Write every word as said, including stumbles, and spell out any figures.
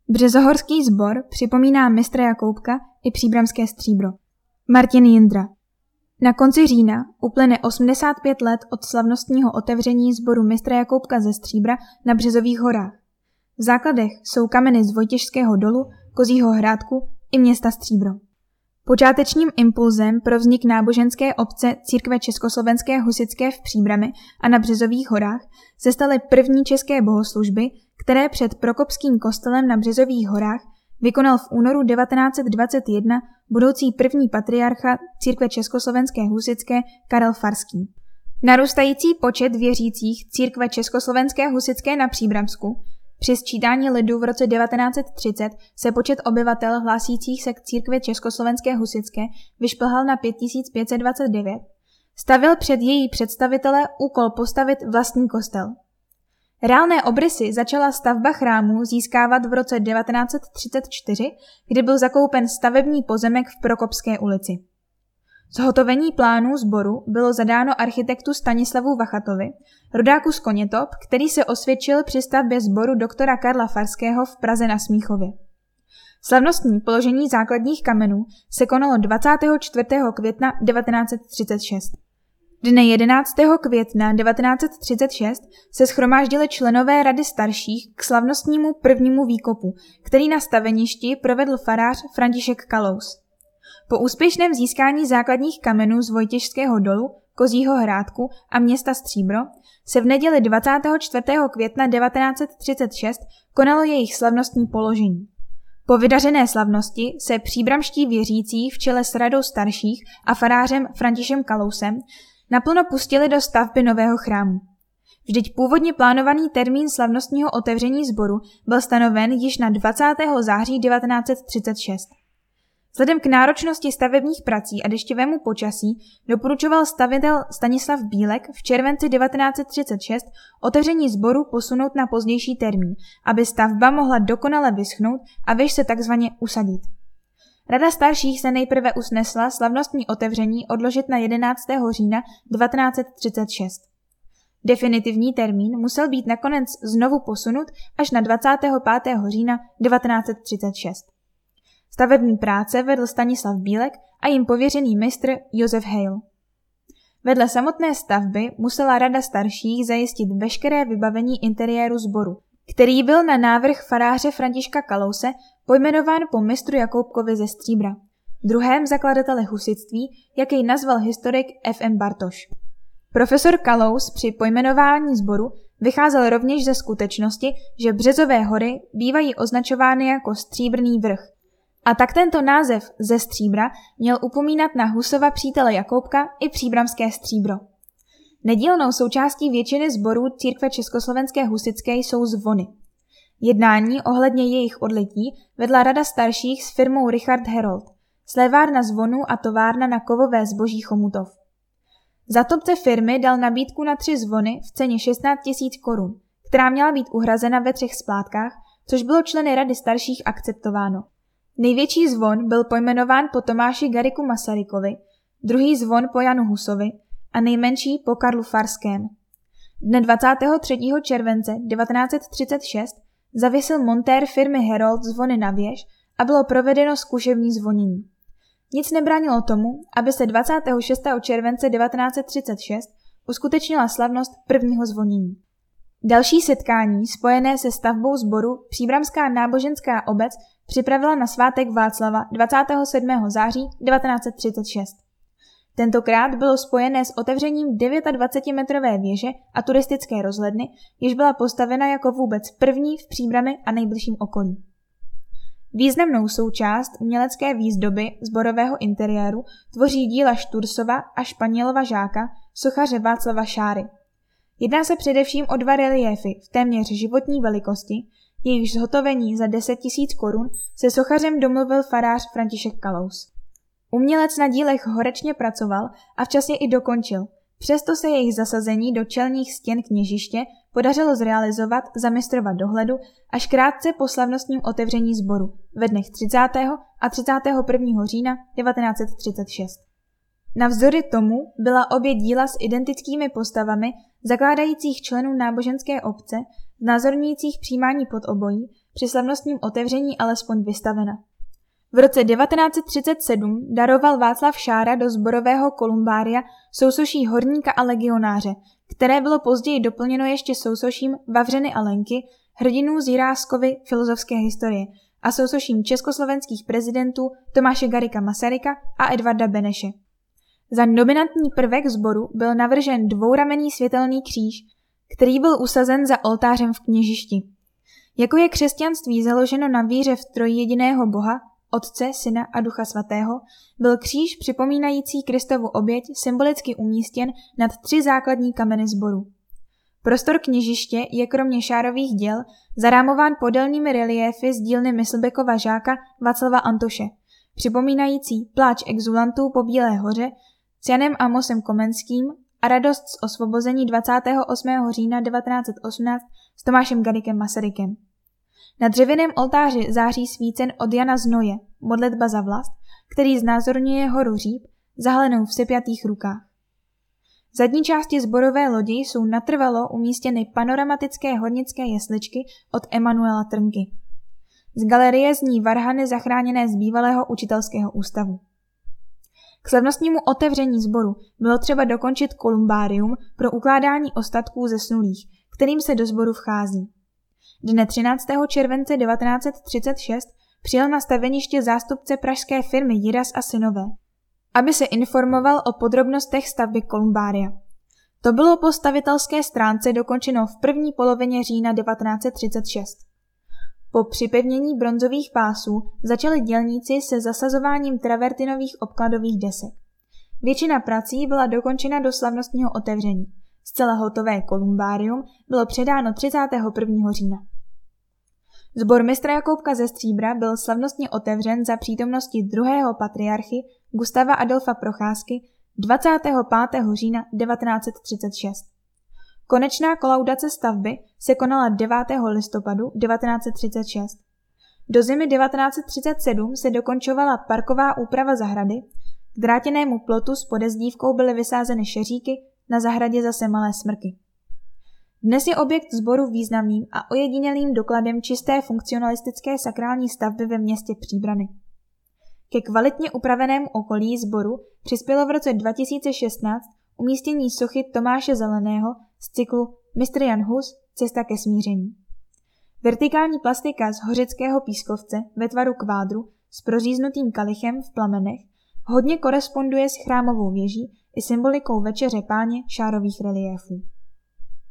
Březohorský sbor připomíná mistra Jakoubka i příbramské stříbro. Martin Jindra. Na konci října uplyne osmdesát pět let od slavnostního otevření sboru mistra Jakoubka ze Stříbra na Březových horách. V základech jsou kameny z Vojtěžského dolu, Kozího hrádku i města Stříbro. Počátečním impulzem pro vznik náboženské obce Církve československé husitské v Příbrami a na Březových horách se staly první české bohoslužby, které před Prokopským kostelem na Březových horách vykonal v únoru devatenáct set dvacet jedna budoucí první patriarcha Církve československé husitské Karel Farský. Narůstající počet věřících Církve československé husitské na Příbramsku. Při sčítání lidu v roce devatenáct set třicet se počet obyvatel hlásících se k Církvi československé husitské vyšplhal na pět tisíc pět set dvacet devět. Stavil před její představitele úkol postavit vlastní kostel. Reálné obrysy začala stavba chrámu získávat v roce devatenáct set třicet čtyři, kdy byl zakoupen stavební pozemek v Prokopské ulici. Zhotovení plánů sboru bylo zadáno architektu Stanislavu Vachatovi, rodáku z Konětop, který se osvědčil při stavbě sboru doktora Karla Farského v Praze na Smíchově. Slavnostní položení základních kamenů se konalo dvacátého čtvrtého května devatenáct set třicet šest. Dne jedenáctého května devatenáct set třicet šest se shromáždili členové Rady starších k slavnostnímu prvnímu výkopu, který na staveništi provedl farář František Kalous. Po úspěšném získání základních kamenů z Vojtěžského dolu, Kozího hrádku a města Stříbro se v neděli dvacátého čtvrtého května devatenáct set třicet šest konalo jejich slavnostní položení. Po vydařené slavnosti se příbramští věřící v čele s Radou starších a farářem Františem Kalousem naplno pustili do stavby nového chrámu. Vždyť původně plánovaný termín slavnostního otevření sboru byl stanoven již na dvacátého září devatenáct set třicet šest. Vzhledem k náročnosti stavebních prací a deštivému počasí doporučoval stavitel Stanislav Bílek v červenci devatenáct set třicet šest otevření sboru posunout na pozdější termín, aby stavba mohla dokonale vyschnout a věž se takzvaně usadit. Rada starších se nejprve usnesla slavnostní otevření odložit na jedenáctého října devatenáct set třicet šest. Definitivní termín musel být nakonec znovu posunut až na dvacátého pátého října devatenáct set třicet šest. Stavební práce vedl Stanislav Bílek a jim pověřený mistr Josef Hejl. Vedle samotné stavby musela Rada starších zajistit veškeré vybavení interiéru sboru, který byl na návrh faráře Františka Kalouse pojmenován po mistru Jakoubkovi ze Stříbra, druhém zakladateli husitství, jak jej nazval historik F M Bartoš. Profesor Kalous při pojmenování sboru vycházel rovněž ze skutečnosti, že Březové hory bývají označovány jako Stříbrný vrch, a tak tento název ze Stříbra měl upomínat na Husova přítele Jakoubka i příbramské Stříbro. Nedílnou součástí většiny sborů Církve československé husitské jsou zvony. Jednání ohledně jejich odlití vedla Rada starších s firmou Richard Herold, slévárna zvonů a továrna na kovové zboží Chomutov. Zástupce firmy dal nabídku na tři zvony v ceně šestnáct tisíc korun, která měla být uhrazena ve třech splátkách, což bylo členy Rady starších akceptováno. Největší zvon byl pojmenován po Tomáši Garrigu Masarykovi, druhý zvon po Janu Husovi a nejmenší po Karlu Farském. Dne dvacátého třetího července devatenáct set třicet šest zavěsil montér firmy Herold zvony na věž a bylo provedeno zkušební zvonění. Nic nebránilo tomu, aby se dvacátého šestého července devatenáct set třicet šest uskutečnila slavnost prvního zvonění. Další setkání spojené se stavbou sboru příbramská náboženská obec připravila na svátek Václava dvacátého sedmého září devatenáct set třicet šest. Tentokrát bylo spojené s otevřením dvacetidevětimetrové věže a turistické rozhledny, jež byla postavena jako vůbec první v Příbrami a nejbližším okolí. Významnou součást umělecké výzdoby sborového interiéru tvoří díla Štursova a Španělova žáka, sochaře Václava Šáry. Jedná se především o dva reliéfy v téměř životní velikosti, jejichž zhotovení za deset tisíc korun se sochařem domluvil farář František Kalous. Umělec na dílech horečně pracoval a včas je i dokončil, přesto se jejich zasazení do čelních stěn kněžiště podařilo zrealizovat za mistrova dohledu až krátce po slavnostním otevření sboru ve dnech třicátého a třicátého prvního října devatenáct set třicet šest. Navzdory tomu byla obě díla s identickými postavami zakládajících členů náboženské obce, znázorňujících přijímání pod obojí, při slavnostním otevření alespoň vystavena. V roce devatenáct set třicet sedm daroval Václav Šára do sborového kolumbária sousoší horníka a legionáře, které bylo později doplněno ještě sousoším Vavřiny a Lenky, hrdinů z Jiráskovy filozofské historie a sousoším československých prezidentů Tomáše Garrigua Masaryka a Edvarda Beneše. Za dominantní prvek sboru byl navržen dvouramenný světelný kříž, který byl usazen za oltářem v kněžišti. Jako je křesťanství založeno na víře v trojjediného Boha, Otce, Syna a Ducha Svatého, byl kříž připomínající Kristovu oběť symbolicky umístěn nad tři základní kameny sboru. Prostor kněžiště je kromě Šárových děl zarámován podélnými reliéfy z dílny Myslbekova žáka Václava Antoše, připomínající pláč exulantů po Bílé hoře s Janem Amosem Komenským a radost z osvobození dvacátého osmého října devatenáct set osmnáct s Tomášem Garriguem Masarykem. Na dřevěném oltáři září svícen od Jana Znoje, modlitba za vlast, který znázorňuje horu Říp, zahalenou v sepjatých rukách. V zadní části sborové lodi jsou natrvalo umístěny panoramatické hornické jesličky od Emanuela Trnky. Z galerie zní varhany zachráněné z bývalého učitelského ústavu. K slavnostnímu otevření sboru bylo třeba dokončit kolumbárium pro ukládání ostatků zesnulých, kterým se do sboru vchází. Dne třináctého července devatenáct set třicet šest přijel na staveniště zástupce pražské firmy Jiras a synové, aby se informoval o podrobnostech stavby kolumbária. To bylo po stavitelské stránce dokončeno v první polovině října devatenáct set třicet šest. Po připevnění bronzových pásů začali dělníci se zasazováním travertinových obkladových desek. Většina prací byla dokončena do slavnostního otevření. Zcela hotové kolumbárium bylo předáno třicátého prvního října. Sbor mistra Jakoubka ze Stříbra byl slavnostně otevřen za přítomnosti druhého patriarchy Gustava Adolfa Procházky dvacátého pátého října devatenáct set třicet šest. Konečná kolaudace stavby se konala devátého listopadu devatenáct set třicet šest. Do zimy devatenáct set třicet sedm se dokončovala parková úprava zahrady, k drátěnému plotu s podezdívkou byly vysázeny šeříky, na zahradě zase malé smrky. Dnes je objekt sboru významným a ojedinělým dokladem čisté funkcionalistické sakrální stavby ve městě Příbrami. Ke kvalitně upravenému okolí sboru přispělo v roce dva tisíce šestnáct umístění sochy Tomáše Zeleného z cyklu mistr Jan Hus – Cesta ke smíření. Vertikální plastika z hořického pískovce ve tvaru kvádru s proříznutým kalichem v plamenech hodně koresponduje s chrámovou věží i symbolikou Večeře Páně Šárových reliéfů.